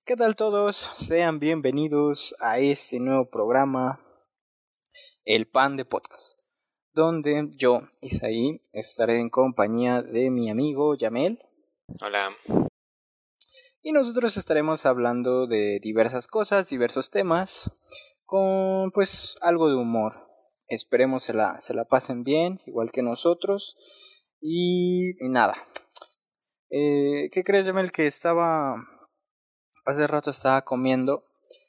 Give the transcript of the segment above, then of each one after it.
¿Qué tal todos? Sean bienvenidos a este nuevo programa, El Pan de Podcast, donde yo, Isaí, estaré en compañía de mi amigo Yamel. Hola. Y nosotros estaremos hablando de diversas cosas, diversos temas, con pues algo de humor. Esperemos se la pasen bien, igual que nosotros. Y nada. ¿Qué crees, Yamel? Que hace rato estaba comiendo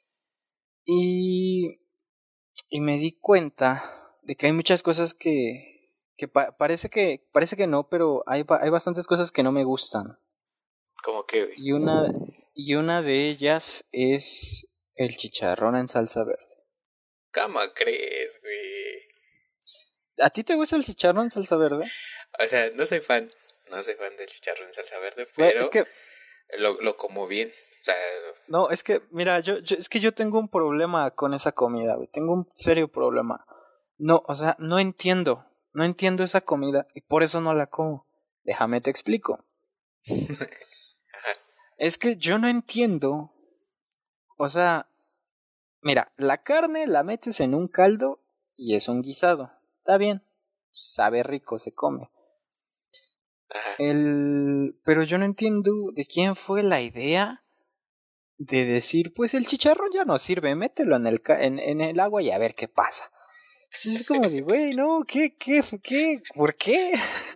y me di cuenta de que hay muchas cosas parece que no, pero hay bastantes cosas que no me gustan. ¿Cómo que, güey? Y una de ellas es el chicharrón en salsa verde. ¿Cómo crees, güey? ¿A ti te gusta el chicharrón en salsa verde? O sea, no soy fan del chicharrón en salsa verde, Güey, pero es que lo como bien. O sea, no, es que mira, yo tengo un problema con esa comida, güey. Tengo un serio problema. No, o sea, no entiendo esa comida y por eso no la como. Déjame te explico. ajá. Es que yo no entiendo. O sea, mira, la carne la metes en un caldo y es un guisado. Está bien. Sabe rico, se come. Ajá. Pero yo no entiendo de quién fue la idea de decir, pues el chicharrón ya no sirve, mételo en el agua y a ver qué pasa. Entonces es como de, güey, no, ¿qué? ¿Por qué?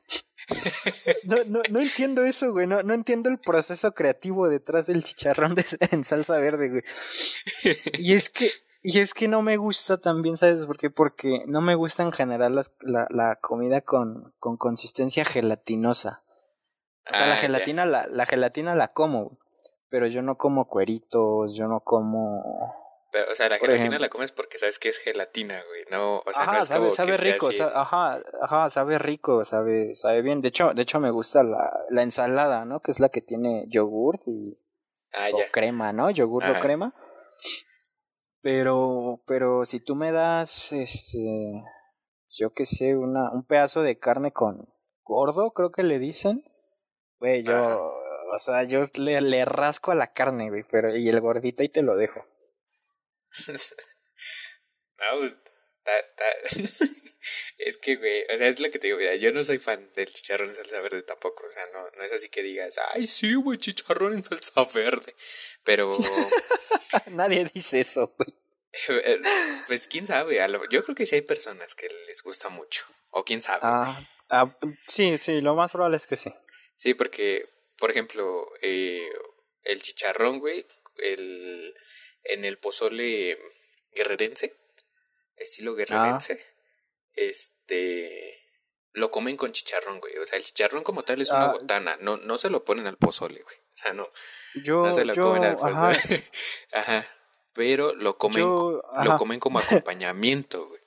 No entiendo eso, güey. No entiendo el proceso creativo detrás del chicharrón en salsa verde, güey. Y es que no me gusta también, ¿sabes por qué? Porque no me gusta en general la comida con consistencia gelatinosa. O sea, la gelatina, Ya. la gelatina la como, pero yo no como cueritos, yo no como... Pero, o sea, la Por gelatina ejemplo, la comes porque sabes que es gelatina, güey. No, o sea, no ajá, es como que sabe esté rico, así. sabe rico, sabe bien. De hecho me gusta la ensalada, ¿no? Que es la que tiene yogurt Ya. o crema, ¿no? Yogurt o Ajá. crema. Pero si tú me das, yo qué sé, un pedazo de carne con gordo, creo que le dicen, güey, Ajá. o sea, yo le rasco a la carne, güey, y el gordito ahí te lo dejo. No, güey, es que, güey, o sea, es lo que te digo, mira, yo no soy fan del chicharrón en salsa verde tampoco, o sea, no es así que digas, ay, sí, güey, chicharrón en salsa verde, pero, Nadie dice eso, güey. pues, quién sabe, yo creo que sí hay personas que les gusta mucho, o quién sabe, güey. Sí, lo más probable es que sí. Sí, porque, por ejemplo, el chicharrón, güey, en el pozole guerrerense, estilo Ah, guerrerense, este lo comen con chicharrón, güey. O sea, el chicharrón como tal es una ah, botana, no se lo ponen al pozole, güey. O sea, no se lo comen al pozole. ajá, Ajá. Pero lo ajá. comen como acompañamiento, güey.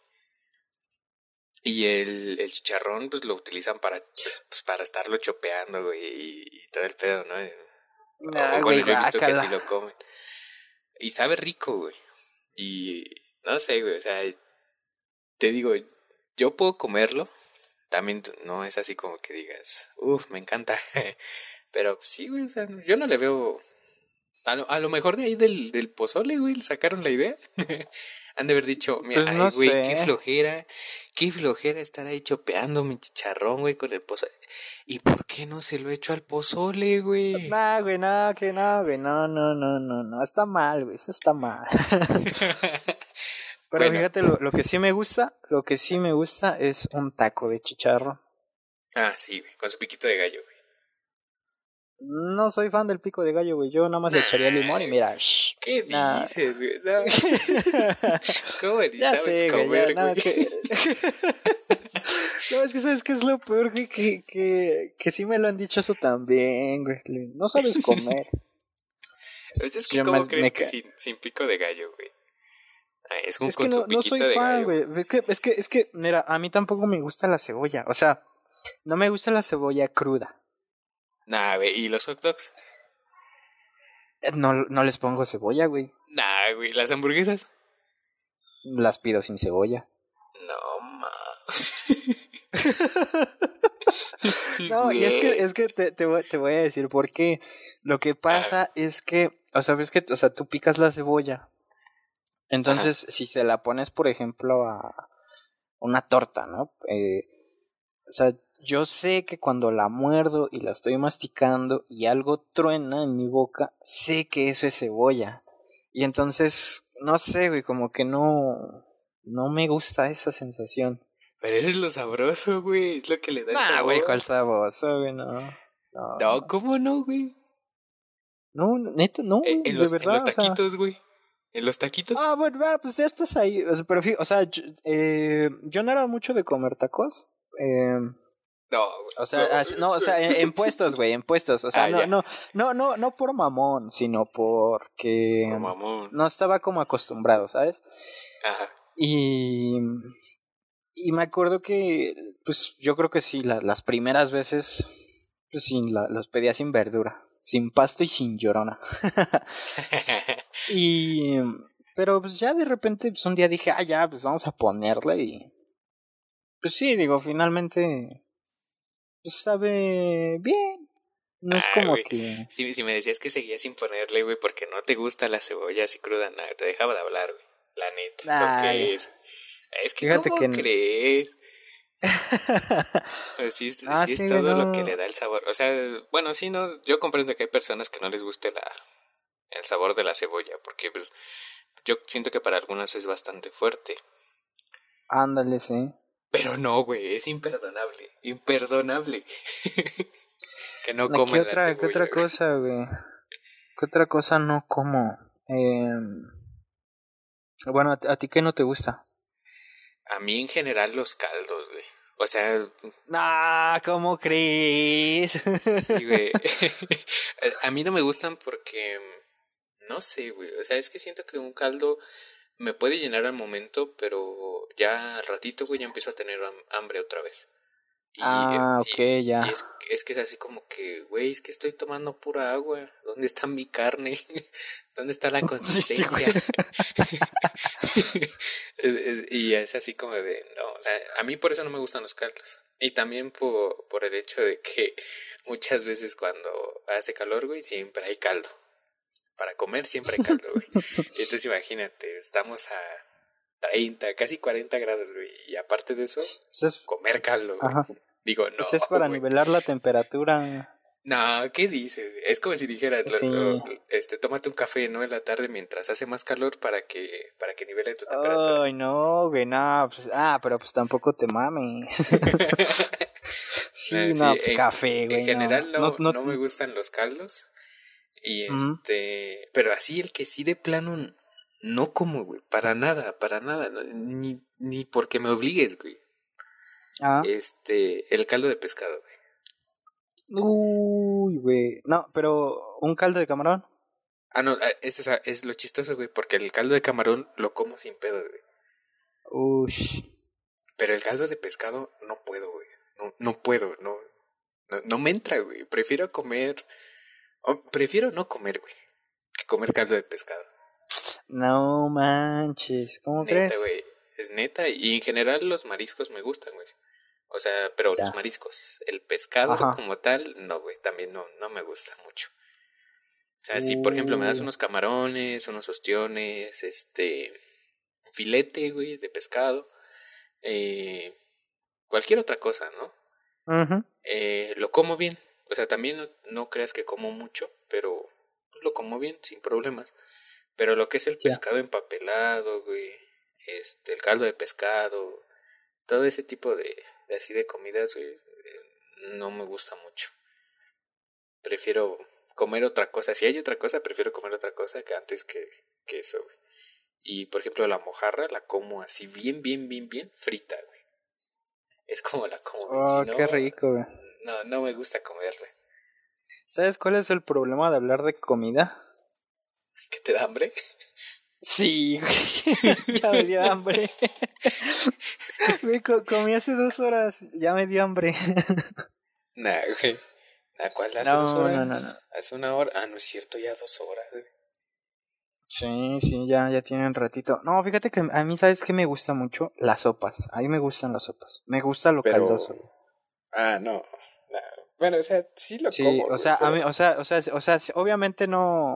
Y el chicharrón, pues lo utilizan pues, para estarlo chopeando, güey, y todo el pedo, ¿no? O bueno, Güey, yo he visto que guácala. así lo comen. Y sabe rico, güey. Y no sé, güey, o sea, te digo, yo puedo comerlo. También no es así como que digas, uff, me encanta. Pero sí, güey, o sea, yo no le veo. A lo mejor de ahí del pozole, güey, le sacaron la idea. Han de haber dicho, mira, Pues ay, no güey, sé. qué flojera estar ahí chopeando mi chicharrón, güey, con el pozole. ¿Y por qué no se lo echo al pozole, güey? Nah, güey, no, que no, güey, no, está mal, güey, eso está mal. Pero Bueno, fíjate, lo que sí me gusta es un taco de chicharrón. sí, güey, con su piquito de gallo, güey. No soy fan del pico de gallo, güey, yo nada más le echaría limón y Nah, mira, ¿qué nah. dices, güey? No. ¿Cómo ni Ya sabes sé, güey, ya, comer, güey? nada que... No, es que sabes qué es lo peor, güey, que sí me lo han dicho eso también, güey. No sabes comer. Pues es que, Yo ¿cómo más crees que sin pico de gallo, güey? Es Es que con su no soy piquito de fan, gallo, güey. güey. Es que, mira, a mí tampoco me gusta la cebolla. O sea, no me gusta la cebolla cruda. Nah, güey, ¿y los hot dogs? No les pongo cebolla, güey. Nah, güey, ¿las hamburguesas? Las pido sin cebolla. No, ma. Sí, No, y güey. es que te voy a decir por qué. Lo que Ajá, pasa es que o sea, ves que, o sea, tú picas la cebolla. Entonces, si se la pones, por ejemplo, a una torta, ¿no? O sea, yo sé que cuando la muerdo y la estoy masticando y algo truena en mi boca, sé que eso es cebolla. Y entonces, no sé, güey, como que no me gusta esa sensación. Pero eso es lo sabroso, güey. Es lo que le da el Nah, güey, sabor. ¿cuál saboso, güey? No, No, ¿cómo no, güey? no, neta, no, güey, de En los verdad, o sea. taquitos, güey. En los taquitos. Bueno, pues ya estás ahí. O sea, pero o sea, yo no era mucho de comer tacos. No, O sea, no, o sea, en puestos, güey, en puestos. O sea, ah, ya. no por mamón, sino porque Por mamón. no estaba como acostumbrado, ¿sabes? Ajá. Y, y me acuerdo que, pues, yo creo que sí, las primeras veces, pues sí, los pedía sin verdura, sin pasto y sin llorona. Y, pero pues ya de repente, pues un día dije, ya, pues vamos a ponerle y, pues sí, digo, finalmente, pues sabe bien. No es como Güey. que... Si me decías que seguías sin ponerle, güey, porque no te gusta la cebolla así cruda, nada, te dejaba de hablar, güey. La neta, lo Ay, que es. Es que, fíjate ¿cómo que... crees? Pues sí, Ah, sí es sí, güey, todo lo que le no... da el sabor. O sea, bueno, sí, no, yo comprendo que hay personas que no les guste el sabor de la cebolla, porque pues yo siento que para algunas es bastante fuerte. Ándale, sí. Pero no, güey, es imperdonable, imperdonable que no comen la Qué cebolla, otra güey. cosa, güey? ¿Qué otra cosa no como? Bueno, ¿a ti qué no te gusta? A mí en general los caldos, güey. O sea, Nah, ¿cómo crees? sí, güey. A mí no me gustan porque, no sé, güey. O sea, es que siento que un caldo me puede llenar al momento, pero ya al ratito, güey, ya empiezo a tener hambre otra vez. Ok, Y ya. es que es así como que, güey, es que estoy tomando pura agua. ¿Dónde está mi carne? ¿Dónde está la Sí, consistencia? güey. Y es así como de, no, o sea, a mí por eso no me gustan los caldos. Y también por el hecho de que muchas veces cuando hace calor, güey, siempre hay caldo. Para comer siempre hay caldo, güey. Entonces imagínate, estamos a 30 casi 40 grados, güey. Y aparte de eso, Pues es, comer caldo, güey. ajá. Digo, no, Pues es para güey. nivelar la temperatura. No, ¿qué dices? Es como si dijeras, Sí. tómate un café, ¿no? En la tarde mientras hace más calor para que nivele tu temperatura. Ay, no, güey, no. Pues, pero pues tampoco te mames. Sí, no, Sí, pues café, en güey, no. general No, no. no me gustan los caldos. Y Ujú. pero así el que sí de plano no como, güey, para nada, ni porque me obligues, güey. Ah. El caldo de pescado, güey. Uy, güey. No, pero un caldo de camarón. Ah, no, es lo chistoso, güey, porque el caldo de camarón lo como sin pedo, güey. Uy. Pero el caldo de pescado no puedo, güey. No puedo, no me entra, güey. Prefiero no comer, güey, que comer caldo de pescado. No manches, ¿cómo Neta, crees? güey. Es neta. Y en general los mariscos me gustan, güey. O sea, pero los Ya. mariscos. El pescado Ajá. como tal, no, güey. También no me gusta mucho. O sea, si por ejemplo me das Uy. unos camarones, unos ostiones, un filete, güey, de pescado, eh, cualquier otra cosa, ¿no? Ujú. Lo como bien. O sea, también no creas que como mucho, pero pues, lo como bien, sin problemas. Pero lo que es el Ya. pescado empapelado, güey, el caldo de pescado, todo ese tipo de así de comidas, güey, no me gusta mucho. Prefiero comer otra cosa. Si hay otra cosa, prefiero comer otra cosa que antes que eso, güey. Y por ejemplo, la mojarra la como así bien frita, güey. Es como la como bien. Si Oh, qué no, rico, güey. no me gusta comerla. ¿Sabes cuál es el problema de hablar de comida? ¿Que te da hambre? Sí, güey. Ya me dio hambre. Güey, comí hace 2 horas. Ya me dio hambre. Nah, güey. ¿La cual hace dos No. horas? ¿Hace una hora? Ah, no es cierto, ya 2 horas, güey. Sí, ya tiene un ratito. No, fíjate que a mí, ¿sabes qué me gusta mucho? Las sopas. A mí me gustan las sopas. Me gusta lo Pero. caldoso. Ah, no. Nah. Bueno, o sea, sí lo Sí, como, o güey, sea, a pero. mí, o sea, obviamente no.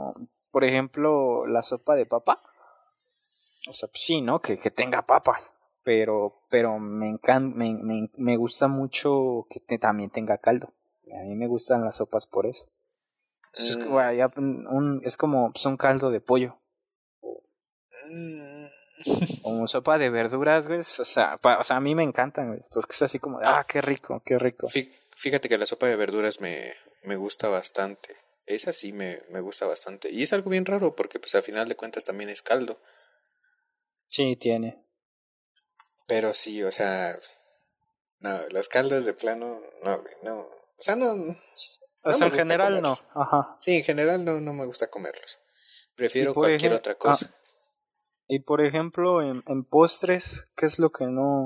por ejemplo, la sopa de papa. O sea, pues sí, ¿no? Que tenga papas. Pero me encanta, me gusta mucho que también tenga caldo. A mí me gustan las sopas por eso. Mm, Es como pues, un caldo de pollo. mm. O sopa de verduras, güey. O sea, a mí me encantan, güey. Porque es así como de, Ah, qué rico, qué rico. fíjate que la sopa de verduras me gusta bastante. Esa sí me gusta bastante. Y es algo bien raro porque pues a final de cuentas también es caldo. Sí, tiene. Pero sí, o sea, no, los caldos de plano, no, güey, no. O sea, O no sea, me en gusta general no. comerlos. Ajá. Sí, en general no me gusta comerlos. Y Prefiero por cualquier ejemplo, otra cosa. y por ejemplo, en postres, ¿qué es lo que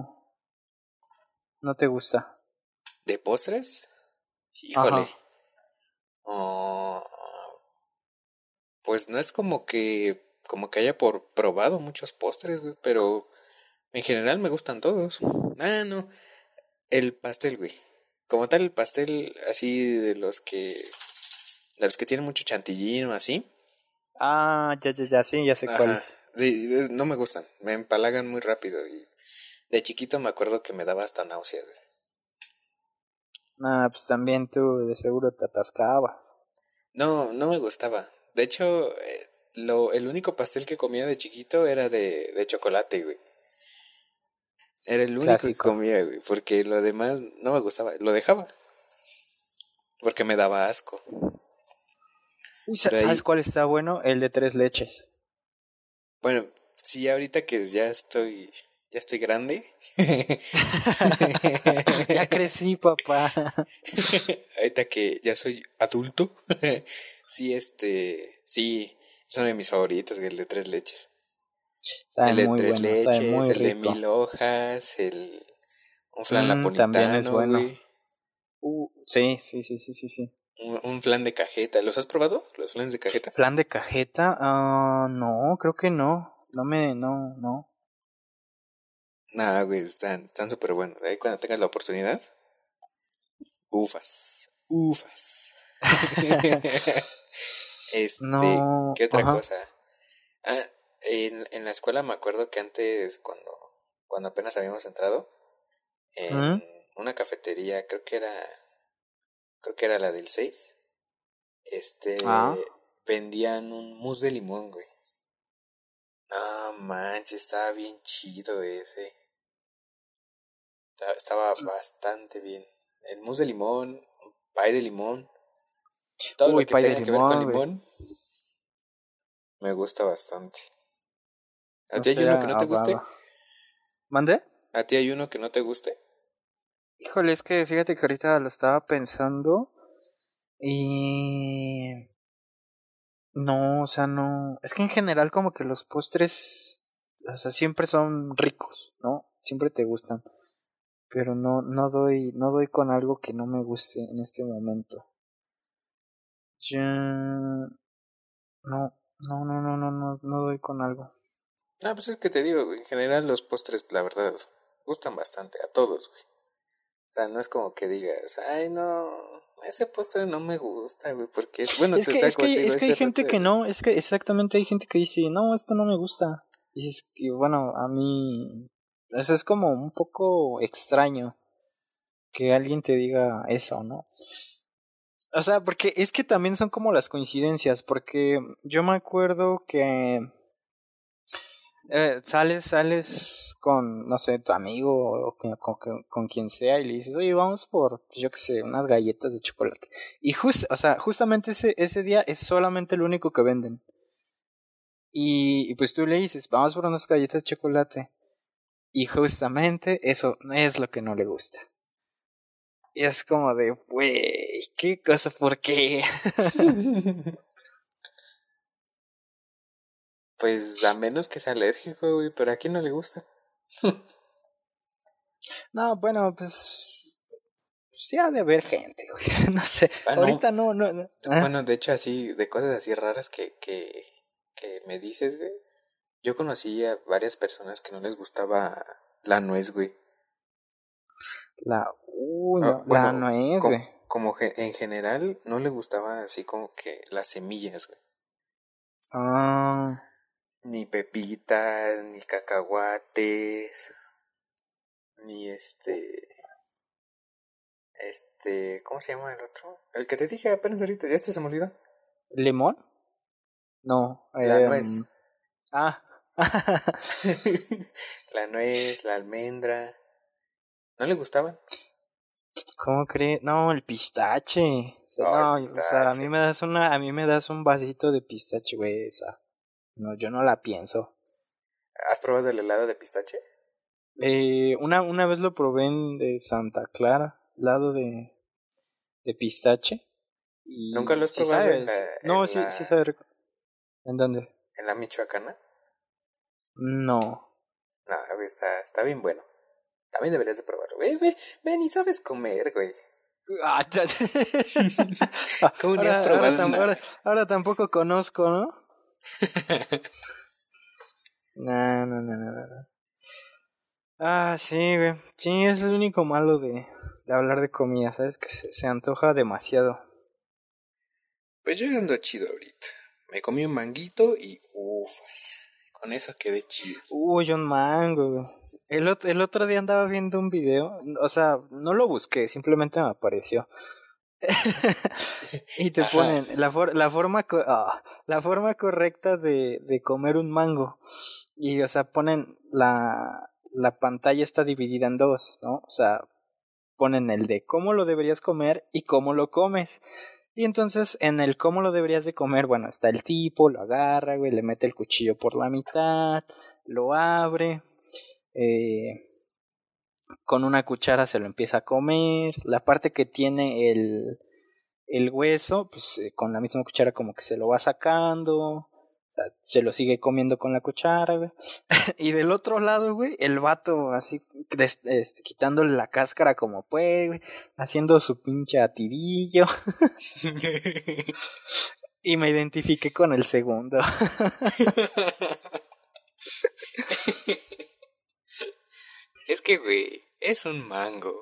no te gusta? ¿De postres? Híjole. Ajá. Oh, pues no es como que haya probado muchos postres, güey, pero en general me gustan todos. Ah, no, el pastel, güey. Como tal, el pastel así de los que tienen mucho chantilly o así. Ah, ya, sí, ya sé cuál Ajá, es. no me gustan, me empalagan muy rápido y de chiquito me acuerdo que me daba hasta náuseas, güey. Ah, pues también tú de seguro te atascabas. No me gustaba. De hecho, el único pastel que comía de chiquito era de chocolate, güey. Era el único que Clásico. comía, güey, porque lo demás no me gustaba. Lo dejaba, porque me daba asco. Uy, Pero ¿sabes ahí, cuál está bueno? El de 3 leches. bueno, sí, ahorita que ya estoy grande. Ya crecí, papá. Ahorita que ya soy adulto. Sí, sí, es uno de mis favoritos, güey, el de tres leches. Sabe El de muy tres bueno, sabe leches, muy el de rico. 1000 hojas, un flan También es napolitano, bueno. güey. Sí. Un flan de cajeta. ¿Los has probado? ¿Los flanes de cajeta? ¿Flan de cajeta? Ah, no, creo que no. No. Nada, güey, están súper buenos. Ahí cuando tengas la oportunidad, ufas. No, ¿Qué otra ajá. cosa? Ah, en la escuela me acuerdo que antes, cuando apenas habíamos entrado, en ¿Mm? una cafetería, creo que era la del 6 Ah, vendían un mousse de limón, güey. No manches, estaba bien chido ese. Estaba bastante bien. El mousse de limón, pie de limón, todo lo uy, que pay de tenga que ver con limón, güey. limón, me gusta bastante. ¿A No ti hay sé, uno que no te guste? ¿Mande? ¿A ti hay uno que no te guste? Híjole, es que fíjate que ahorita lo estaba pensando y no, o sea, no. Es que en general como que los postres, o sea, siempre son ricos, ¿no? Siempre te gustan. Pero no doy con algo que no me guste en este momento. Ya, no doy con algo. Ah, pues es que te digo, güey, en general los postres, la verdad, gustan bastante a todos, güey. O sea, no es como que digas, ay, no, ese postre no me gusta, güey, porque es, bueno, o sea, como te digo, Es que hay ese rato gente que del... no, es que exactamente hay gente que dice, no, esto no me gusta. Y bueno, a mí, eso es como un poco extraño que alguien te diga eso, ¿no? O sea, porque es que también son como las coincidencias, porque yo me acuerdo que sales con, no sé, tu amigo o con quien sea y le dices, oye, vamos por, pues, yo qué sé, unas galletas de chocolate. Y o sea, justamente ese día es solamente el único que venden. Y pues tú le dices, vamos por unas galletas de chocolate. Y justamente eso es lo que no le gusta. Y es como de, wey, ¿qué cosa? ¿Por qué? Pues a menos que sea alérgico, güey, pero a quién no le gusta. No, bueno, pues sí ha de haber gente, güey. No sé, Ah, no. ahorita no. ¿Ah? Bueno, de hecho, así, de cosas así raras que me dices, güey. Yo conocí a varias personas que no les gustaba la nuez, güey. Ah, No, la bueno, nuez, güey. como en general no le gustaba así como que las semillas, güey. Ah, Ni pepitas, ni cacahuates, ni ¿cómo se llama el otro? El que te dije apenas ahorita, ya se me olvidó. ¿limón? No. La nuez. Ah. La nuez, la almendra. ¿No le gustaban? ¿Cómo crees? No, el pistache. O sea, Oh, el no, o sea, pistache. a mí me das un vasito de pistache, güey. O sea, no, yo no la pienso. ¿Has probado el helado de pistache? Una vez lo probé en de Santa Clara, lado de pistache. ¿Nunca lo Y has sí probado sabes. No, sí sabe rico. ¿En dónde? en la michoacana? No. No, güey, está bien bueno. También deberías de probarlo. Ven y sabes comer, güey. Ah, ¿Cómo ni has probado nada? ahora tampoco conozco, ¿no? No, no, no, no, no. Ah, sí, güey. Sí, eso es lo único malo de hablar de comida, ¿sabes? Que se antoja demasiado. Pues yo ando chido ahorita. Me comí un manguito y ufas. Con eso quedé chido. Uy, un mango, güey. El otro día andaba viendo un video, o sea, no lo busqué, simplemente me apareció. Y te Ajá. ponen la forma correcta de comer un mango. Y, o sea, ponen la pantalla está dividida en dos, ¿no? O sea, ponen el de cómo lo deberías comer y cómo lo comes. Y entonces en el cómo lo deberías de comer, bueno, está el tipo, lo agarra, güey, le mete el cuchillo por la mitad, lo abre, eh, con una cuchara se lo empieza a comer, la parte que tiene el hueso, pues con la misma cuchara como que se lo va sacando, se lo sigue comiendo con la cuchara, güey. Y del otro lado, güey, el vato así quitándole la cáscara como puede, güey, haciendo su pinche atidillo. Y me identifiqué con el segundo. Es que, güey, es un mango.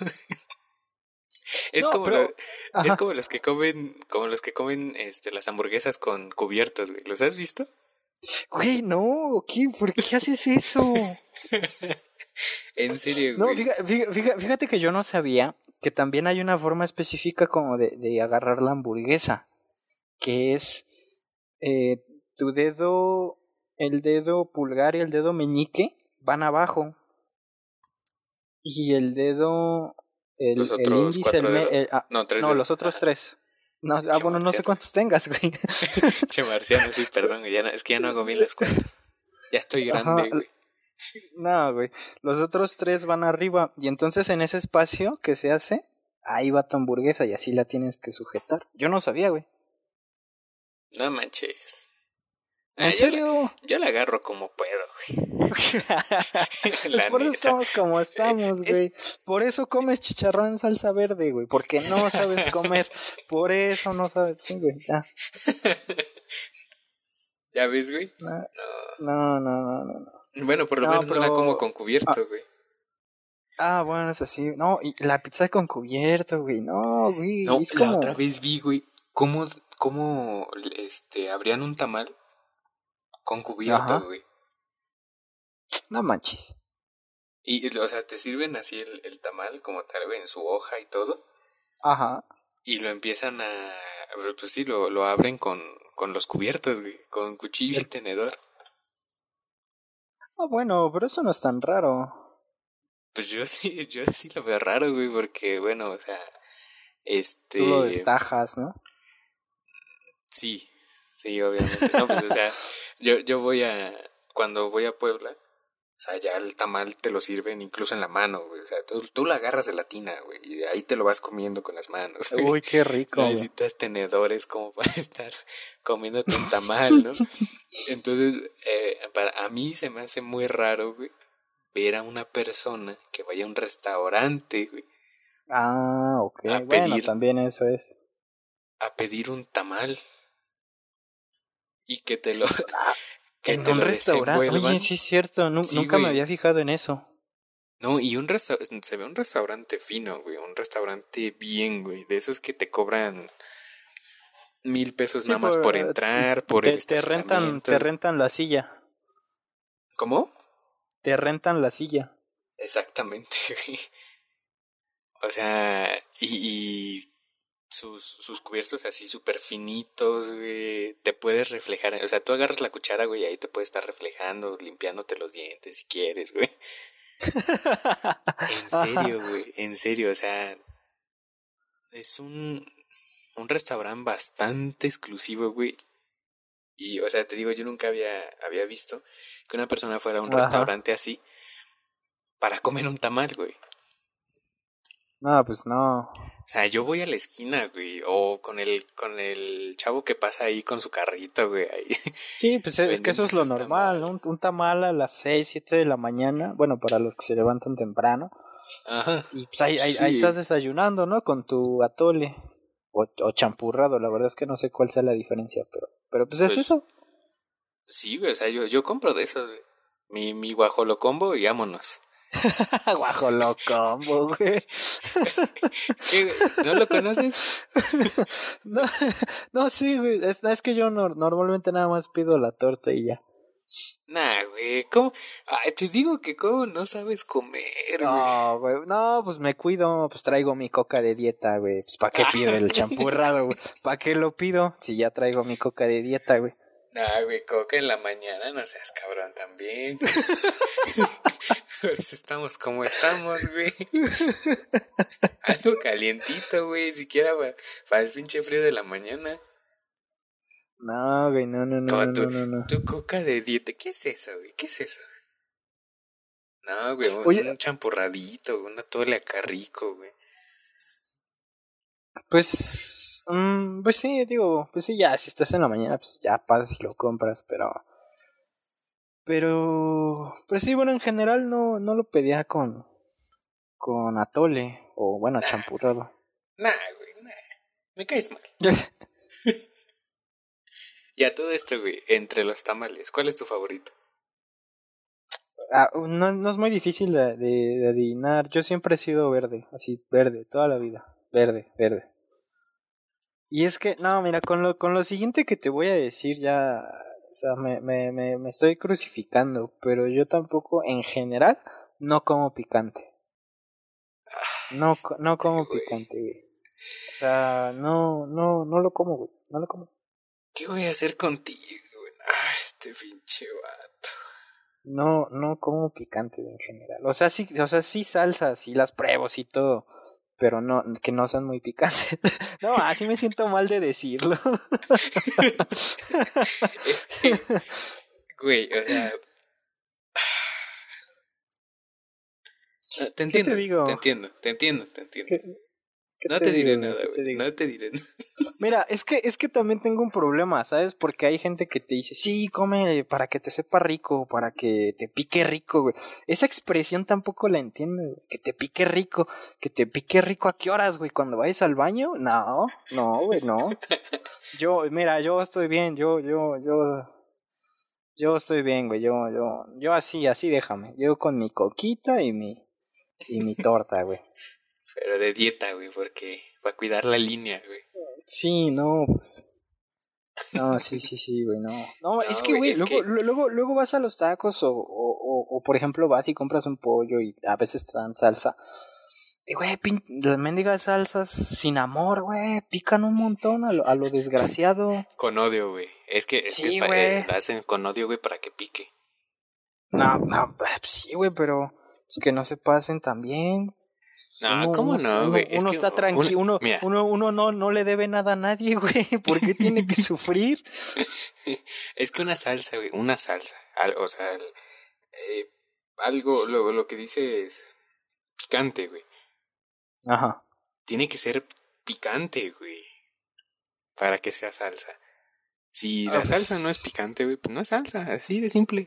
Es No, como lo, pero... es Ajá. como los que comen las hamburguesas con cubiertos, güey. ¿Los has visto? Güey, no, ¿por qué haces eso? En serio, No, güey. fíjate que yo no sabía que también hay una forma específica como de agarrar la hamburguesa, que es eh, tu dedo, el dedo pulgar y el dedo meñique van abajo y el dedo, Los el otros índice, cuatro dedos. No, tres no, los dedos. otros Ajá. tres. No, Che bueno, no sé marciano. cuántos tengas, güey. Che marciano, sí, perdón, güey, es que ya no hago bien las cuentas. Ya estoy Ajá, grande, güey. no, güey. Los otros tres van arriba y entonces en ese espacio que se hace, ahí va tu hamburguesa y así la tienes que sujetar. Yo no sabía, güey. No manches. ¿En serio? Yo la agarro como puedo, güey. Pues La por eso neta. estamos como estamos, Es. güey. Por eso comes chicharrón en salsa verde, güey. Porque no sabes comer. Por eso no sabes. Sí, güey, ya. ¿Ya ves, güey? No, No. no, no, no, no. Bueno, por lo No, menos no la como pero. con cubierto, güey. Bueno, es así. No, y la pizza con cubierto, güey. No, güey. No, Es la otra como. vez vi, güey, cómo abrían un tamal con cubierto, Ajá. güey. No manches. Y, o sea, te sirven así el tamal como tal, güey, en su hoja y todo. Ajá. Y lo empiezan pues sí, lo abren con los cubiertos, güey, con cuchillo y El... tenedor. bueno, pero eso no es tan raro. Pues yo sí lo veo raro, güey, porque, bueno, o sea, Tú lo este, destajas, ¿no? sí, sí, obviamente. No, pues, o sea, yo cuando voy a Puebla, o sea, ya el tamal te lo sirven incluso en la mano, güey. O sea, tú lo agarras de la tina, güey, y de ahí te lo vas comiendo con las manos, güey. Uy, qué No rico, güey. necesitas tenedores como para estar comiéndote un tamal, ¿no? Entonces, a mí se me hace muy raro, güey, ver a una persona que vaya a un restaurante, güey, Ok. a Bueno, pedir, también eso es. a pedir un tamal y que te lo, Ah, que en te un lo restaurante. Oye, desenvuelvan. sí es cierto. Sí, Nunca me güey. había fijado en eso. No, y se ve un restaurante fino, güey, un restaurante bien, güey, de esos que te cobran $1,000 Sí, nada más por entrar, por el estacionamiento. te rentan la silla. ¿Cómo? Te rentan la silla. Exactamente, güey. O sea, y sus cubiertos así súper finitos, güey. Te puedes reflejar. O sea, tú agarras la cuchara, güey, y ahí te puedes estar reflejando, limpiándote los dientes si quieres, güey. En serio, güey. En serio, o sea, es un restaurante bastante exclusivo, güey. Y, o sea, te digo, yo nunca había visto que una persona fuera a un restaurante así para comer un tamal, güey. No, pues no. O sea, yo voy a la esquina, güey, o con el chavo que pasa ahí con su carrito, güey, ahí. Sí, pues es que eso es lo normal, ¿no? Un tamal a las 6, 7 de la mañana, bueno, para los que se levantan temprano. Ajá. Y pues ahí Sí. estás desayunando, ¿no? Con tu atole o champurrado, la verdad es que no sé cuál sea la diferencia, pero pues es eso. Sí, güey, o sea, yo compro de esos, güey. Mi guajolocombo y vámonos. Guajolocombo, güey. ¿Qué, güey? ¿No lo conoces? No, sí, güey. Es que yo normalmente nada más pido la torta y ya. Nah, güey, ¿cómo? Ay, te digo que cómo no sabes comer, güey. No, güey. No, pues me cuido. Pues traigo mi coca de dieta, güey. Pues ¿para qué pido el champurrado, güey? ¿Para qué lo pido? Si ya traigo mi coca de dieta, güey. Nah, güey, coca en la mañana, no seas cabrón también. Por eso estamos como estamos, güey. Algo calientito, güey, siquiera para el pinche frío de la mañana. No, güey, no. Tu coca de dieta, ¿qué es eso, güey? ¿Qué es eso? No, güey, Oye, un champurradito, una tole acá rico, güey. pues sí, digo, pues sí, ya, si estás en la mañana, pues ya pasas y lo compras, pues sí, bueno, en general no lo pedía con atole, o bueno, champurrado. Nah, güey, nah. Me caes mal. Y a todo esto, güey, entre los tamales, ¿cuál es tu favorito? No es muy difícil de adivinar. Yo siempre he sido verde, así, verde, toda la vida. Verde. Y es que, no, mira, con lo siguiente que te voy a decir ya, o sea, me estoy crucificando, pero yo tampoco, en general, no como picante. No como güey. picante, güey. O sea, no lo como, güey. No lo como. ¿Qué voy a hacer contigo, güey? Este pinche vato. No como picante en general. O sea, sí salsas, sí las pruebo, sí todo. Pero no, que no sean muy picantes. No, así me siento mal de decirlo. Es que, güey, o sea. Te entiendo, ¿Qué te digo? te entiendo. ¿Qué No te te diré digo? nada, ¿Qué te güey. digo? No te diré nada. Mira, es que también tengo un problema, ¿sabes? Porque hay gente que te dice, sí, come para que te sepa rico, para que te pique rico, güey. Esa expresión tampoco la entiendo, güey. Que te pique rico. ¿A qué horas, güey? ¿Cuando vayas al baño? No, güey, no. Mira, yo estoy bien, yo estoy bien, güey. Yo así déjame. Yo con mi coquita y mi torta, güey. Pero de dieta, güey, porque para cuidar la línea, güey. Sí, no, pues. No, sí, güey, no. No, es que, güey, luego vas a los tacos o, por ejemplo, vas y compras un pollo y a veces te dan salsa. Y, güey, las mendigas salsas sin amor, güey, pican un montón a lo desgraciado. Con odio, güey. Sí, güey. La hacen con odio, güey, para que pique. No, sí, güey, pero es que no se pasen también. No, ¿cómo no, güey? Uno está tranquilo, uno no le debe nada a nadie, güey. ¿Por qué tiene que sufrir? Es que una salsa, güey, una salsa. O sea, algo, lo que dice es picante, güey. Ajá. Tiene que ser picante, güey, para que sea salsa. Si la salsa no es picante, güey, pues no es salsa, así de simple.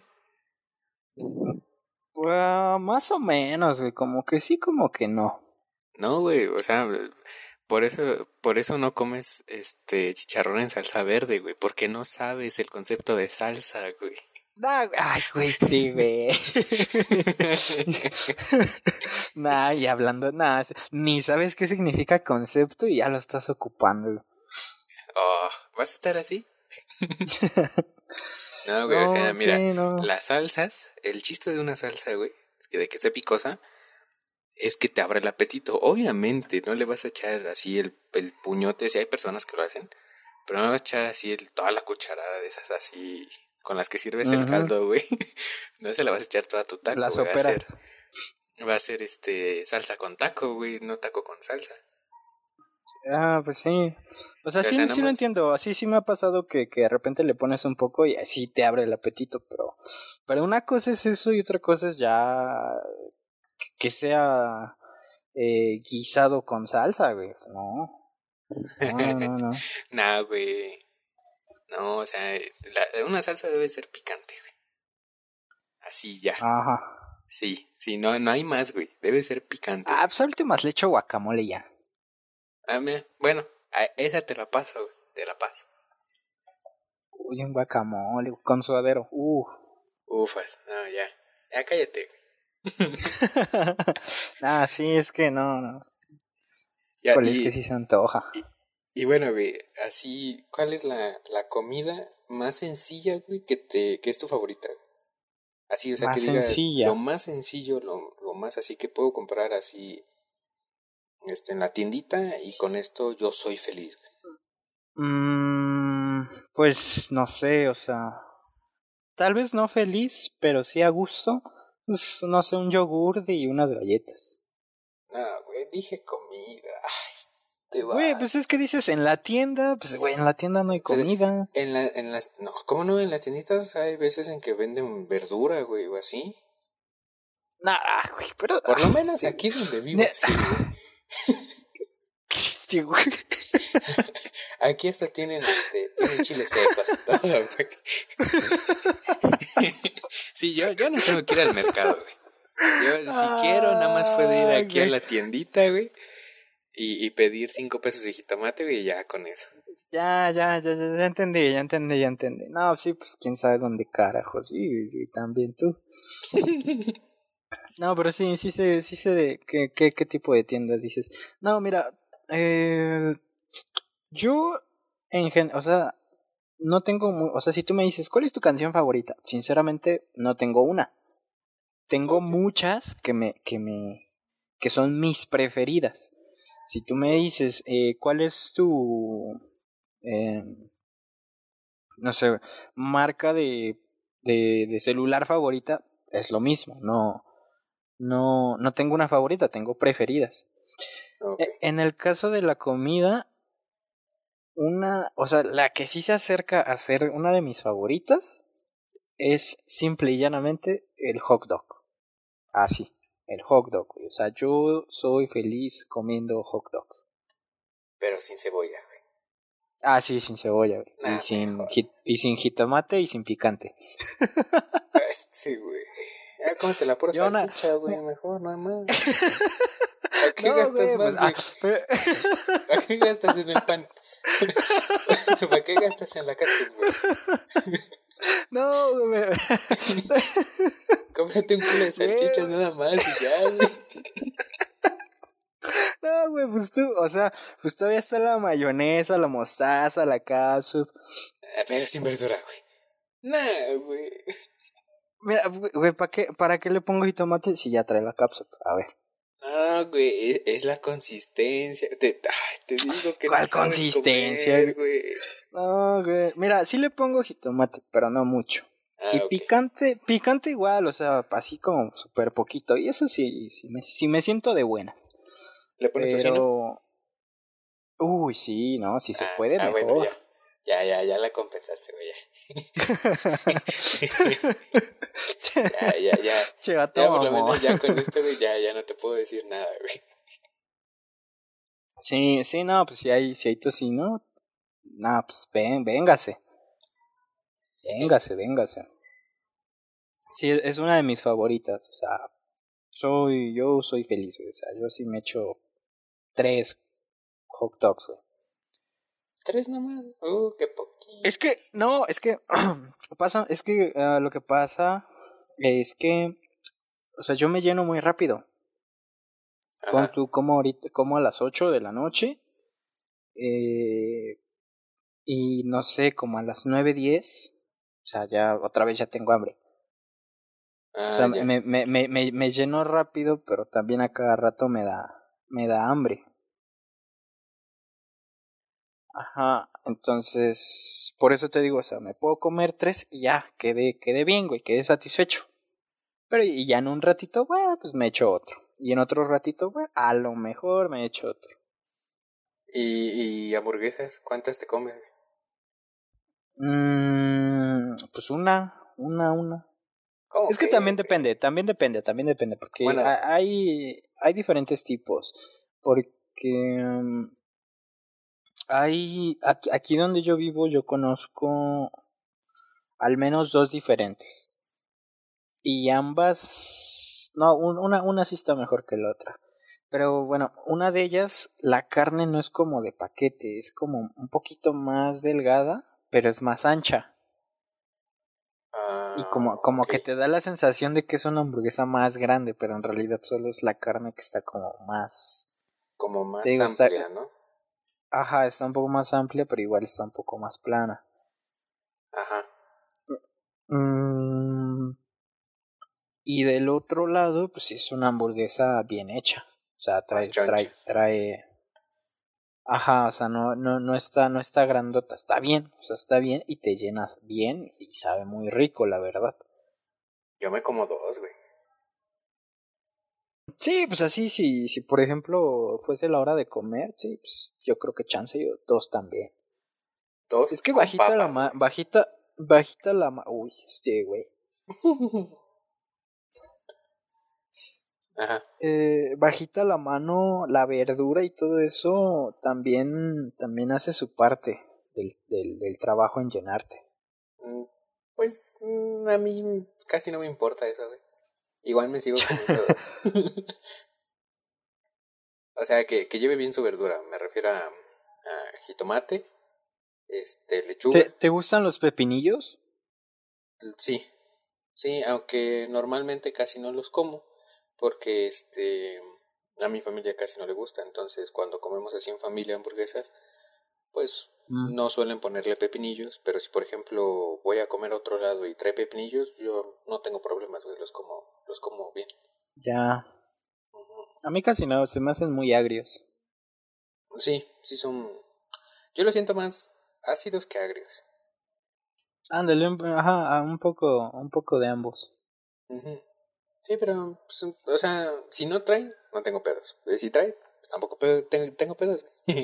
Más o menos, güey, como que sí, como que no. No, güey, o sea, por eso no comes chicharrón en salsa verde, güey, porque no sabes el concepto de salsa, güey. Ay, güey, sí, güey. Y hablando, ni sabes qué significa concepto y ya lo estás ocupando. Oh, ¿Vas a estar así? No, güey, o sea, mira, sí, no. las salsas, el chiste de una salsa, güey, de que esté picosa, es que te abre el apetito. Obviamente, no le vas a echar así el puñote, si hay personas que lo hacen, pero no le vas a echar así toda la cucharada de esas así con las que sirves el Ujú. caldo, güey. No se la vas a echar toda a tu taco, La güey. sopera. Va a ser salsa con taco, güey, no taco con salsa. Ah, pues sí. O sea, O sea, sí, nada sí lo más. entiendo. Así sí me ha pasado que de repente le pones un poco y así te abre el apetito, pero una cosa es eso y otra cosa es ya que sea guisado con salsa, güey. No, no. Nah, güey. No, o sea, una salsa debe ser picante, güey. Así ya. Ajá. Sí, no hay más, güey. Debe ser picante, Ah, güey. pues al último le echo guacamole ya. Ah, mira, bueno, esa te la paso, güey. Te la paso. Uy, un guacamole con suadero. Uf. Ufas, no, ya. Ya cállate, güey. Ah, sí, es que no. Ya, Híjole, es que sí se antoja. y bueno, güey, así, ¿cuál es la comida más sencilla, güey, que es tu favorita? Así, o sea, que Más digas, lo sencilla. más sencillo, lo más así que puedo comprar así, en la tiendita y con esto yo soy feliz, güey. Pues no sé, o sea, tal vez no feliz, pero sí a gusto. Pues, no sé, un yogur y unas galletas. No, güey, dije comida. Ay, este Güey, pues es que vato. dices en la tienda, pues güey, en la tienda no hay Pues, comida. no, ¿cómo no? En las tienditas hay veces en que venden verdura, güey, o así. Nah, güey, pero Por lo menos este, aquí donde vivo, ne- sí, güey. este, güey. Aquí hasta tienen chiles secos y todo, güey. Sí, yo no tengo que ir al mercado, güey. Yo, si quiero, nada más puedo ir Ay, aquí a güey. la tiendita, güey, y pedir 5 pesos de jitomate, güey, y ya con eso. Ya entendí. No, sí, pues quién sabe dónde carajos. Sí, también tú. No, pero sí sé de qué tipo de tiendas dices. No, mira, eh, yo o sea, no tengo, o sea, si tú me dices, ¿cuál es tu canción favorita? Sinceramente, no tengo una. Tengo Ok. muchas que son mis preferidas. Si tú me dices, ¿cuál es tu, eh, no sé, marca de celular favorita? Es lo mismo, no tengo una favorita, tengo preferidas. Ok. En el caso de la comida, o sea, la que sí se acerca a ser una de mis favoritas es simple y llanamente el hot dog. Así, el hot dog. O sea, yo soy feliz comiendo hot dogs. Pero sin cebolla, güey. Ah, sí, sin cebolla, güey. Nah, mejor. Y sin jitomate y sin picante. Sí, güey. Ya cómete la pura Yo una... salchicha, güey, mejor, nada más. ¿Para qué No, gastas güey, pues... más, güey? pero- ¿Para qué gastas en el pan? ¿Para qué gastas en la catsup, güey? No, güey. Cómprate un kilo de salchichas Güey, nada más y ya, güey. no, güey, pues tú, o sea, pues todavía está la mayonesa, la mostaza, la catsup. Pero sin verdura, güey. Nah, güey. Mira, güey, ¿para qué le pongo jitomate si ya trae la catsup? A ver. No, güey, es la consistencia. Te digo que no ¿Cuál sabes consistencia, comer, güey? güey. No, güey. Mira, sí le pongo jitomate, pero no mucho. Y Ah, ok. picante igual, o sea, así como súper poquito. Y eso sí me siento de buenas. ¿Le pones tocino? Pero, uy, sí, no, si se puede, Bueno, mejor. ya. Ya la compensaste, güey, ya. Che, vato, Ya por lo mamón. menos ya con esto, güey, ya no te puedo decir nada, güey. Sí, no, pues si hay tocino, no, pues véngase. Véngase. Sí, es una de mis favoritas, o sea, yo soy feliz, o sea, yo sí me echo 3 hot dogs, güey. 3 nomás. Qué poquito. Es que lo que pasa es que, o sea, yo me lleno muy rápido. Pon Ajá. tú como ahorita, como a las 8 de la noche, eh, y no sé, como a las 9:10, o sea, ya otra vez ya tengo hambre. O sea, Ya. me lleno rápido, pero también a cada rato me da hambre. Ajá, entonces, por eso te digo, o sea, me puedo comer 3 y ya, quedé bien, güey, quedé satisfecho. Pero y ya en un ratito, bueno, pues me echo otro. Y en otro ratito, bueno, a lo mejor me echo otro. ¿Y hamburguesas? ¿Cuántas te comes, güey? Pues una. ¿Cómo Es que también crees, güey? depende, porque Bueno, hay diferentes tipos. Porque aquí donde yo vivo yo conozco al menos dos diferentes. Y ambas, no, una sí está mejor que la otra. Pero bueno, una de ellas, la carne no es como de paquete, es como un poquito más delgada, pero es más ancha. Y como ok. que te da la sensación de que es una hamburguesa más grande, pero en realidad solo es la carne que está como más. Como Te más digo, está. amplia, ¿no? Ajá, está un poco más amplia, pero igual está un poco más plana. Ajá. Mm, y del otro lado, pues sí es una hamburguesa bien hecha. O sea, Más trae, choncha. trae, trae. Ajá, o sea, no está grandota, está bien, o sea, está bien y te llenas bien y sabe muy rico, la verdad. Yo me como dos, güey. Sí, pues así, si por ejemplo fuese la hora de comer, sí, pues yo creo que chance yo dos también. Dos Es que con papas, güey. bajita uy, güey. Ajá. Bajita la mano, la verdura y todo eso también hace su parte del trabajo en llenarte. Mm, Pues a mí casi no me importa eso, güey. Igual me sigo comiendo dos. O sea, que lleve bien su verdura. Me refiero a jitomate, lechuga. ¿Te gustan los pepinillos? Sí, sí, aunque normalmente casi no los como. Porque a mi familia casi no le gusta. Entonces, cuando comemos así en familia hamburguesas, pues Mm, no suelen ponerle pepinillos. Pero si, por ejemplo, voy a comer a otro lado y trae pepinillos, yo no tengo problemas, güey. Los como bien. ya. Ujú. A mí casi no, se me hacen muy agrios. Sí, sí son. Yo lo siento más ácidos que agrios. Ándale, ajá, un poco de ambos. Ujú. Sí, pero, pues, o sea, si no trae, no tengo pedos. Si trae, pues, tampoco tengo pedos.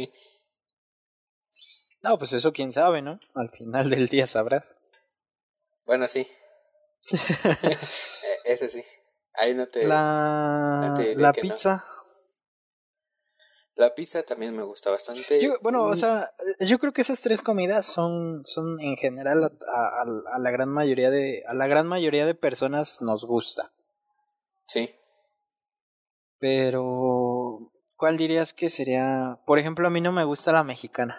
No, pues eso quién sabe, ¿no? Al final del día sabrás. Bueno, sí, eso sí. Ahí no te diría La que no. pizza. La pizza también me gusta bastante. Bueno, o sea, yo creo que esas tres comidas son en general a la gran mayoría de personas nos gusta. Sí. Pero, ¿cuál dirías que sería? Por ejemplo, a mí no me gusta la mexicana.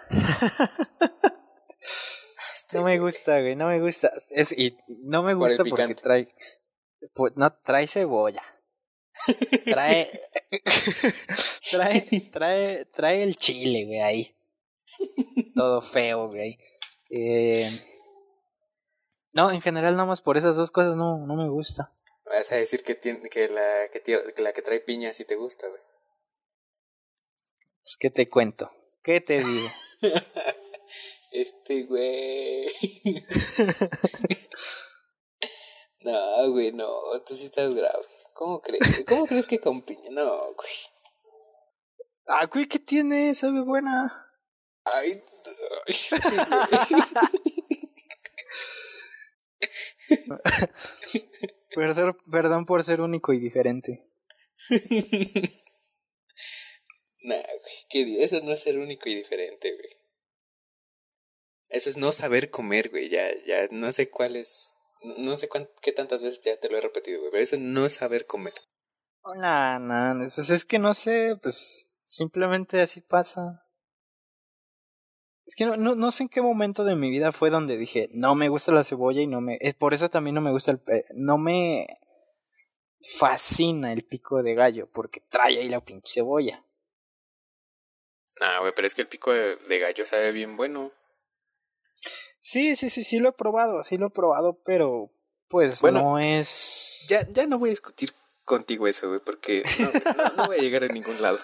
No me Güey. gusta, güey, no me gusta. Y no me Por el gusta porque picante. no trae cebolla. Trae, trae el chile, güey, ahí. Todo feo, güey. Eh, no, en general, nada más por esas dos cosas no me gusta. Vas a decir que la que trae piña sí te gusta, güey. Pues, ¿qué te cuento? ¿Qué te digo? Güey. No, güey, no. Tú sí estás grave. ¿Cómo crees, güey? ¿Cómo crees que con piña? No, güey. Ah, güey, ¿qué tiene? Sabe buena. Ay, güey. Perdón por ser único y diferente. Nah, güey. Eso no es ser único y diferente, güey. Eso es no saber comer, güey. Ya, no sé cuál es. No sé qué tantas veces ya te lo he repetido, güey. Pero eso no es saber comer. No, pues es que no sé, pues simplemente así pasa. Es que no sé en qué momento de mi vida fue donde dije, no me gusta la cebolla y por eso también no me gusta no me fascina el pico de gallo, porque trae ahí la pinche cebolla. Nah, güey, pero es que el pico de gallo sabe bien bueno. Sí lo he probado, pero pues Bueno, no es... ya no voy a discutir contigo eso, güey, porque no voy a llegar a ningún lado.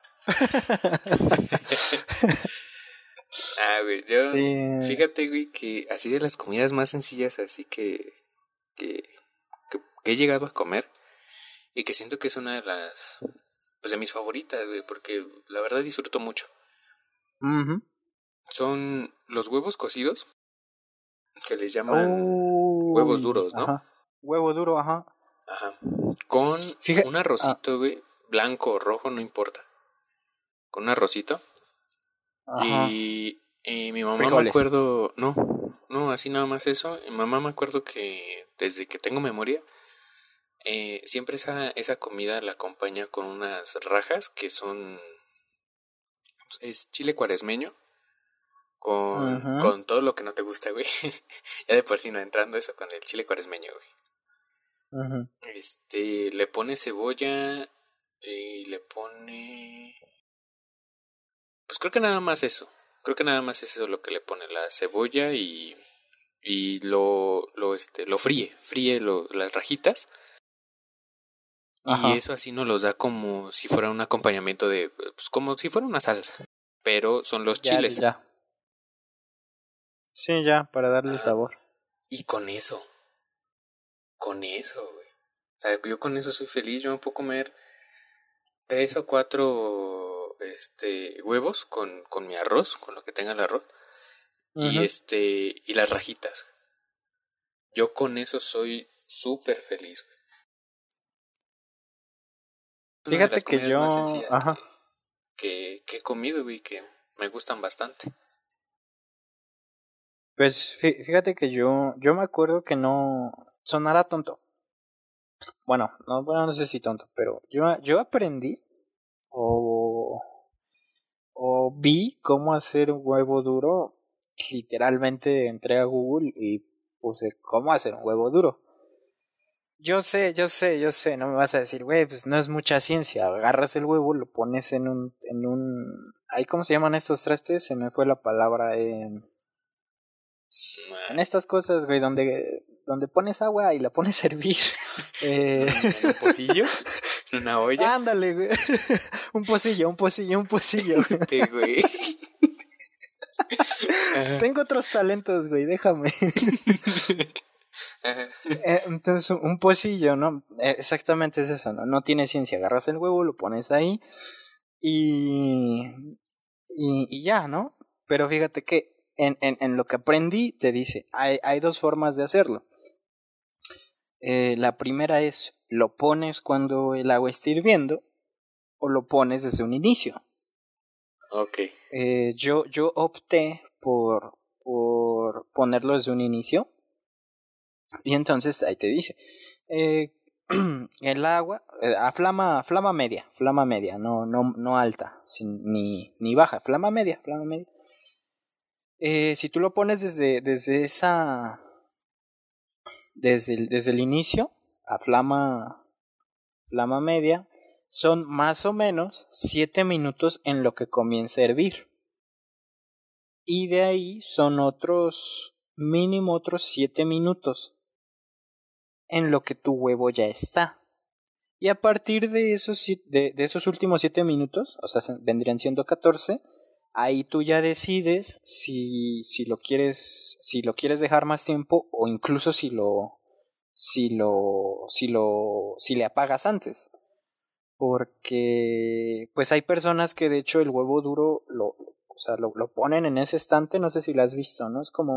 Güey, Sí. fíjate, güey, que así de las comidas más sencillas, así que, que he llegado a comer y que siento que es una de las, pues de mis favoritas, güey, porque la verdad disfruto mucho. Ujú. Son los huevos cocidos, que les llaman huevos Uy, duros, ¿no? ajá. Huevo duro, ajá. Ajá. Con Fíjate, un arrocito, güey, blanco o rojo, no importa. Con un arrocito. ajá. Y mi mamá me Frijoles. acuerdo, no, así nada más eso. Mi mamá me acuerdo que desde que tengo memoria, siempre esa comida la acompaña con unas rajas que son, es chile cuaresmeño Ujú, con todo lo que no te gusta, güey. Ya de por sí no entrando eso con el chile cuaresmeño, güey. ujú. Le pone cebolla y le pone, pues creo que nada más eso. Creo que nada más es eso lo que le pone, la cebolla y lo fríe las rajitas y Ajá. eso así nos los da como si fuera un acompañamiento de, pues como si fuera una salsa, pero son los Ya, ya, chiles. ya. Sí, ya, para darle Ajá. sabor. Y con eso, güey. O sea, yo con eso soy feliz, yo me puedo comer 3 o 4 huevos con mi arroz, con lo que tenga el arroz, y Ujú. y las rajitas. Yo con eso soy súper feliz. Es una de Fíjate las que comidas más yo, sencillas ajá. que he comido, güey, que me gustan bastante. Pues fíjate que yo me acuerdo que no sonara tonto. Bueno, no sé si tonto, pero yo aprendí o, o vi cómo hacer un huevo duro. Literalmente entré a Google y puse cómo hacer un huevo duro. Yo sé, no me vas a decir, güey, pues no es mucha ciencia. Agarras el huevo, lo pones ahí, ¿cómo se llaman estos trastes? Se me fue la palabra. En Ah, estas cosas, güey, donde pones agua y la pones a hervir. Eh, en un pocillo, en una olla. ándale, güey. Un pocillo. Güey. Ajá. Tengo otros talentos, güey, déjame. Ajá. Entonces, un pocillo, ¿no? Exactamente es eso, ¿no? No tiene ciencia. Agarras el huevo, lo pones ahí y, y ya, ¿no? Pero fíjate que en lo que aprendí te dice, hay dos formas de hacerlo. La primera es, lo pones cuando el agua está hirviendo o lo pones desde un inicio. Ok. Yo opté por ponerlo desde un inicio y entonces ahí te dice, eh, el agua a flama media, no alta, ni baja, flama media. Si tú lo pones desde el inicio a flama media, son más o menos 7 minutos en lo que comienza a hervir. Y de ahí son mínimo otros 7 minutos en lo que tu huevo ya está. Y a partir de de esos últimos 7 minutos, o sea, vendrían siendo 14, ahí tú ya decides si lo quieres dejar más tiempo o incluso si le apagas antes. Porque pues hay personas que de hecho el huevo duro o sea, lo ponen en ese estante, no sé si lo has visto, ¿no? Es como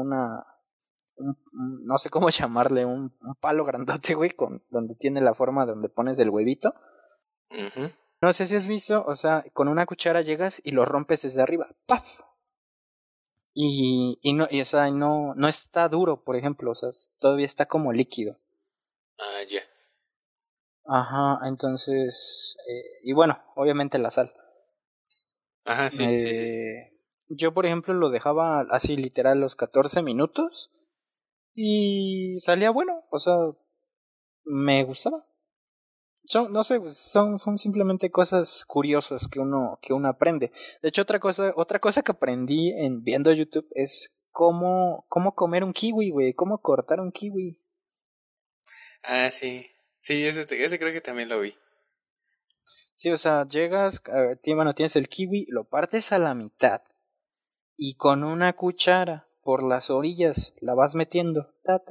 no sé cómo llamarle, un palo grandote, güey, donde tiene la forma donde pones el huevito. Ujú. No sé si has visto, o sea, con una cuchara llegas y lo rompes desde arriba, ¡paf! O sea, no está duro, por ejemplo, o sea, todavía está como líquido. Ah, ya. Ajá, entonces, y bueno, obviamente la sal. Ajá, sí. Yo, por ejemplo, lo dejaba así literal los 14 minutos y salía bueno, o sea, me gustaba. No sé, pues, son simplemente cosas curiosas que uno aprende. De hecho, otra cosa que aprendí en viendo YouTube es cómo comer un kiwi, güey, cómo cortar un kiwi. Ah, sí. Sí, ese creo que también lo vi. Sí, o sea, llegas, bueno, tienes el kiwi, lo partes a la mitad y con una cuchara por las orillas la vas metiendo,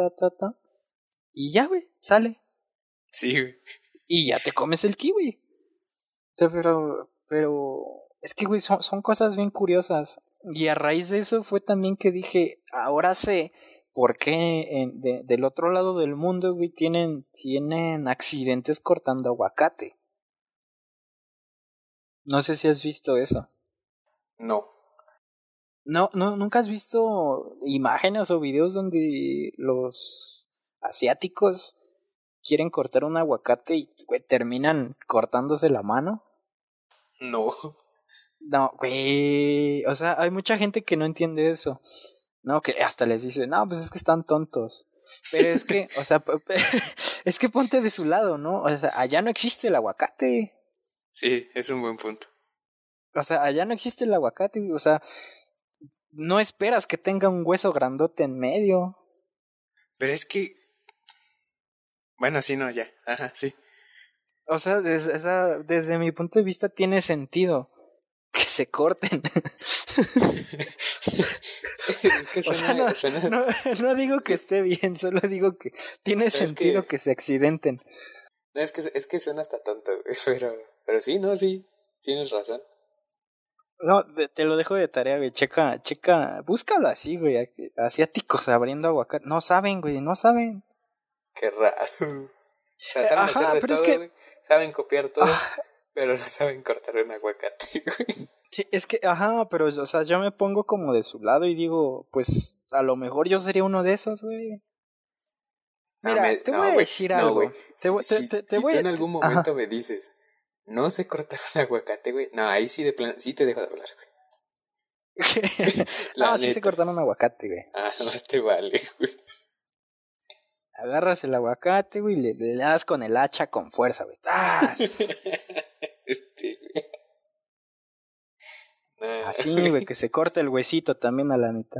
y ya, güey, sale. Sí, güey. Y ya te comes el kiwi. O sea, pero es que, güey, son cosas bien curiosas. Y a raíz de eso fue también que dije, ahora sé por qué del otro lado del mundo, güey, tienen accidentes cortando aguacate. No sé si has visto eso. No. No, ¿nunca has visto imágenes o videos donde los asiáticos quieren cortar un aguacate y, güey, terminan cortándose la mano? No. No, güey, o sea, hay mucha gente que no entiende eso, ¿no? Que hasta les dice, no, pues es que están tontos. Pero es que, o sea, es que ponte de su lado, ¿no? O sea, allá no existe el aguacate. Sí, es un buen punto. O sea, allá no existe el aguacate, o sea, no esperas que tenga un hueso grandote en medio. Pero es que... Bueno, sí, no, ya. Ajá, sí. O sea, desde mi punto de vista tiene sentido que se corten. Es que O sea, no, suena... no, no digo que Sí. esté bien, solo digo que tiene No, sentido que se accidenten. No, es que suena hasta tonto, güey, pero sí, no, sí, tienes razón. No, te lo dejo de tarea, güey. Checa, búscalo así, güey. Asiáticos abriendo aguacate. No saben, güey, no saben. Qué raro. O sea, saben hacer Ajá, de pero es todo, que. güey. Saben copiar todo, ah, pero no saben cortar un aguacate, güey. sí, es que, ajá, pero, o sea, yo me pongo como de su lado y digo, pues, a lo mejor yo sería uno de esos, güey. Mira, te voy No, a güey, decir no, güey. algo. Te Si voy tú a. en algún momento Ajá. me dices, no sé cortar un aguacate, güey. No, ahí sí de plano, sí te dejo de hablar, güey. La No, sí se neta. cortaron un aguacate, güey. Ah, más te vale, güey. Agarras el aguacate, güey, y le das con el hacha con fuerza, güey. ¡Tas! Güey. No, Así, güey, que se corta el huesito también a la mitad.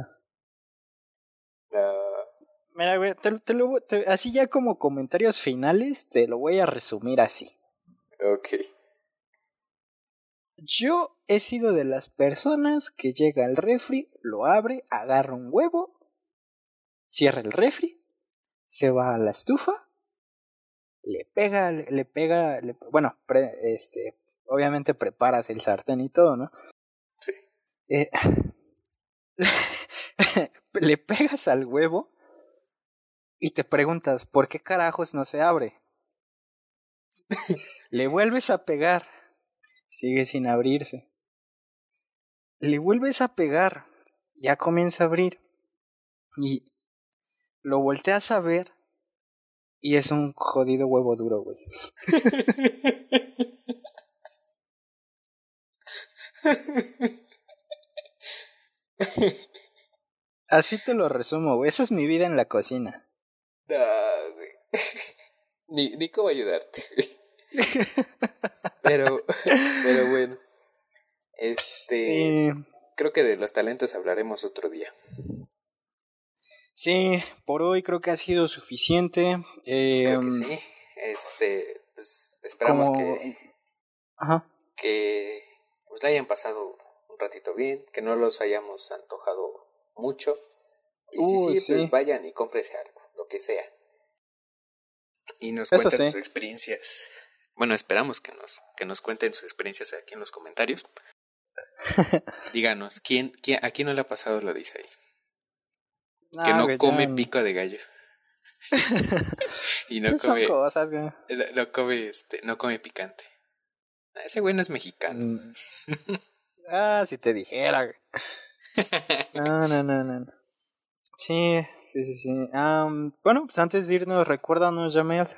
no. Mira, güey, así ya como comentarios finales, te lo voy a resumir así. Ok. Yo he sido de las personas que llega al refri, lo abre, agarra un huevo, cierra el refri, se va a la estufa, bueno, obviamente preparas el sartén y todo, ¿no? Sí. Eh, le pegas al huevo y te preguntas, ¿por qué carajos no se abre? Le vuelves a pegar, sigue sin abrirse. Le vuelves a pegar, ya comienza a abrir. Y lo volteas a ver y es un jodido huevo duro, güey. Así te lo resumo, güey. Esa es mi vida en la cocina. No, güey. Ni cómo ayudarte, güey. Pero, pero bueno. Sí, Creo que de los talentos hablaremos otro día. sí, por hoy creo que ha sido suficiente. Creo que sí. Pues esperamos Como... Ajá. que pues la hayan pasado un ratito bien, que no los hayamos antojado mucho. Y si sí, pues Sí. vayan y cómprese algo, lo que sea. Y nos Eso cuenten sí. sus experiencias. Bueno, esperamos que nos cuenten sus experiencias aquí en los comentarios. Díganos, ¿a quién no le ha pasado lo dice ahí? Que No, no güey, come ya. pico de gallo. Y no Son come, cosas, güey. no come picante. Ese güey no es mexicano. Si te dijera, güey. No. Sí. Bueno, pues antes de irnos, recuérdanos, Jamel,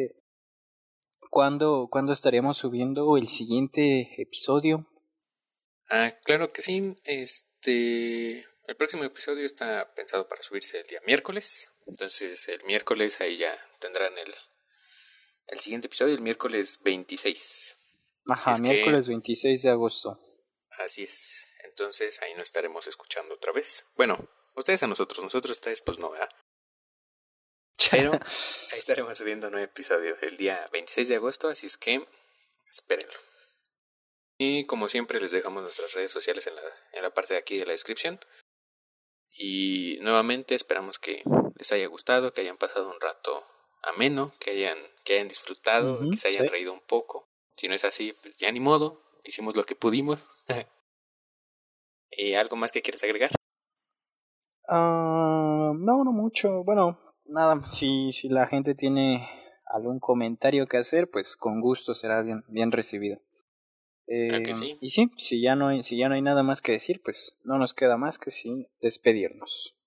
¿cuándo estaríamos subiendo el siguiente episodio? Ah, claro que sí. El próximo episodio está pensado para subirse el día miércoles. Entonces el miércoles ahí ya tendrán el siguiente episodio, el miércoles 26. Así Ajá, es que, miércoles 26 de agosto. así es. Entonces ahí nos estaremos escuchando otra vez. Bueno, Ustedes a nosotros a ustedes pues no, ¿verdad? Pero ahí estaremos subiendo un nuevo episodio el día 26 de agosto, así es que espérenlo. Y como siempre les dejamos nuestras redes sociales en la parte de aquí de la descripción. Y nuevamente esperamos que les haya gustado, que hayan pasado un rato ameno, que hayan disfrutado, que se hayan reído un poco. Si no es así, pues ya ni modo, hicimos lo que pudimos. ¿Y algo más que quieres agregar? No, no mucho. Bueno, nada, si la gente tiene algún comentario que hacer, pues con gusto será bien recibido. Que sí. Y sí, si ya no hay nada más que decir, pues no nos queda más que sí despedirnos.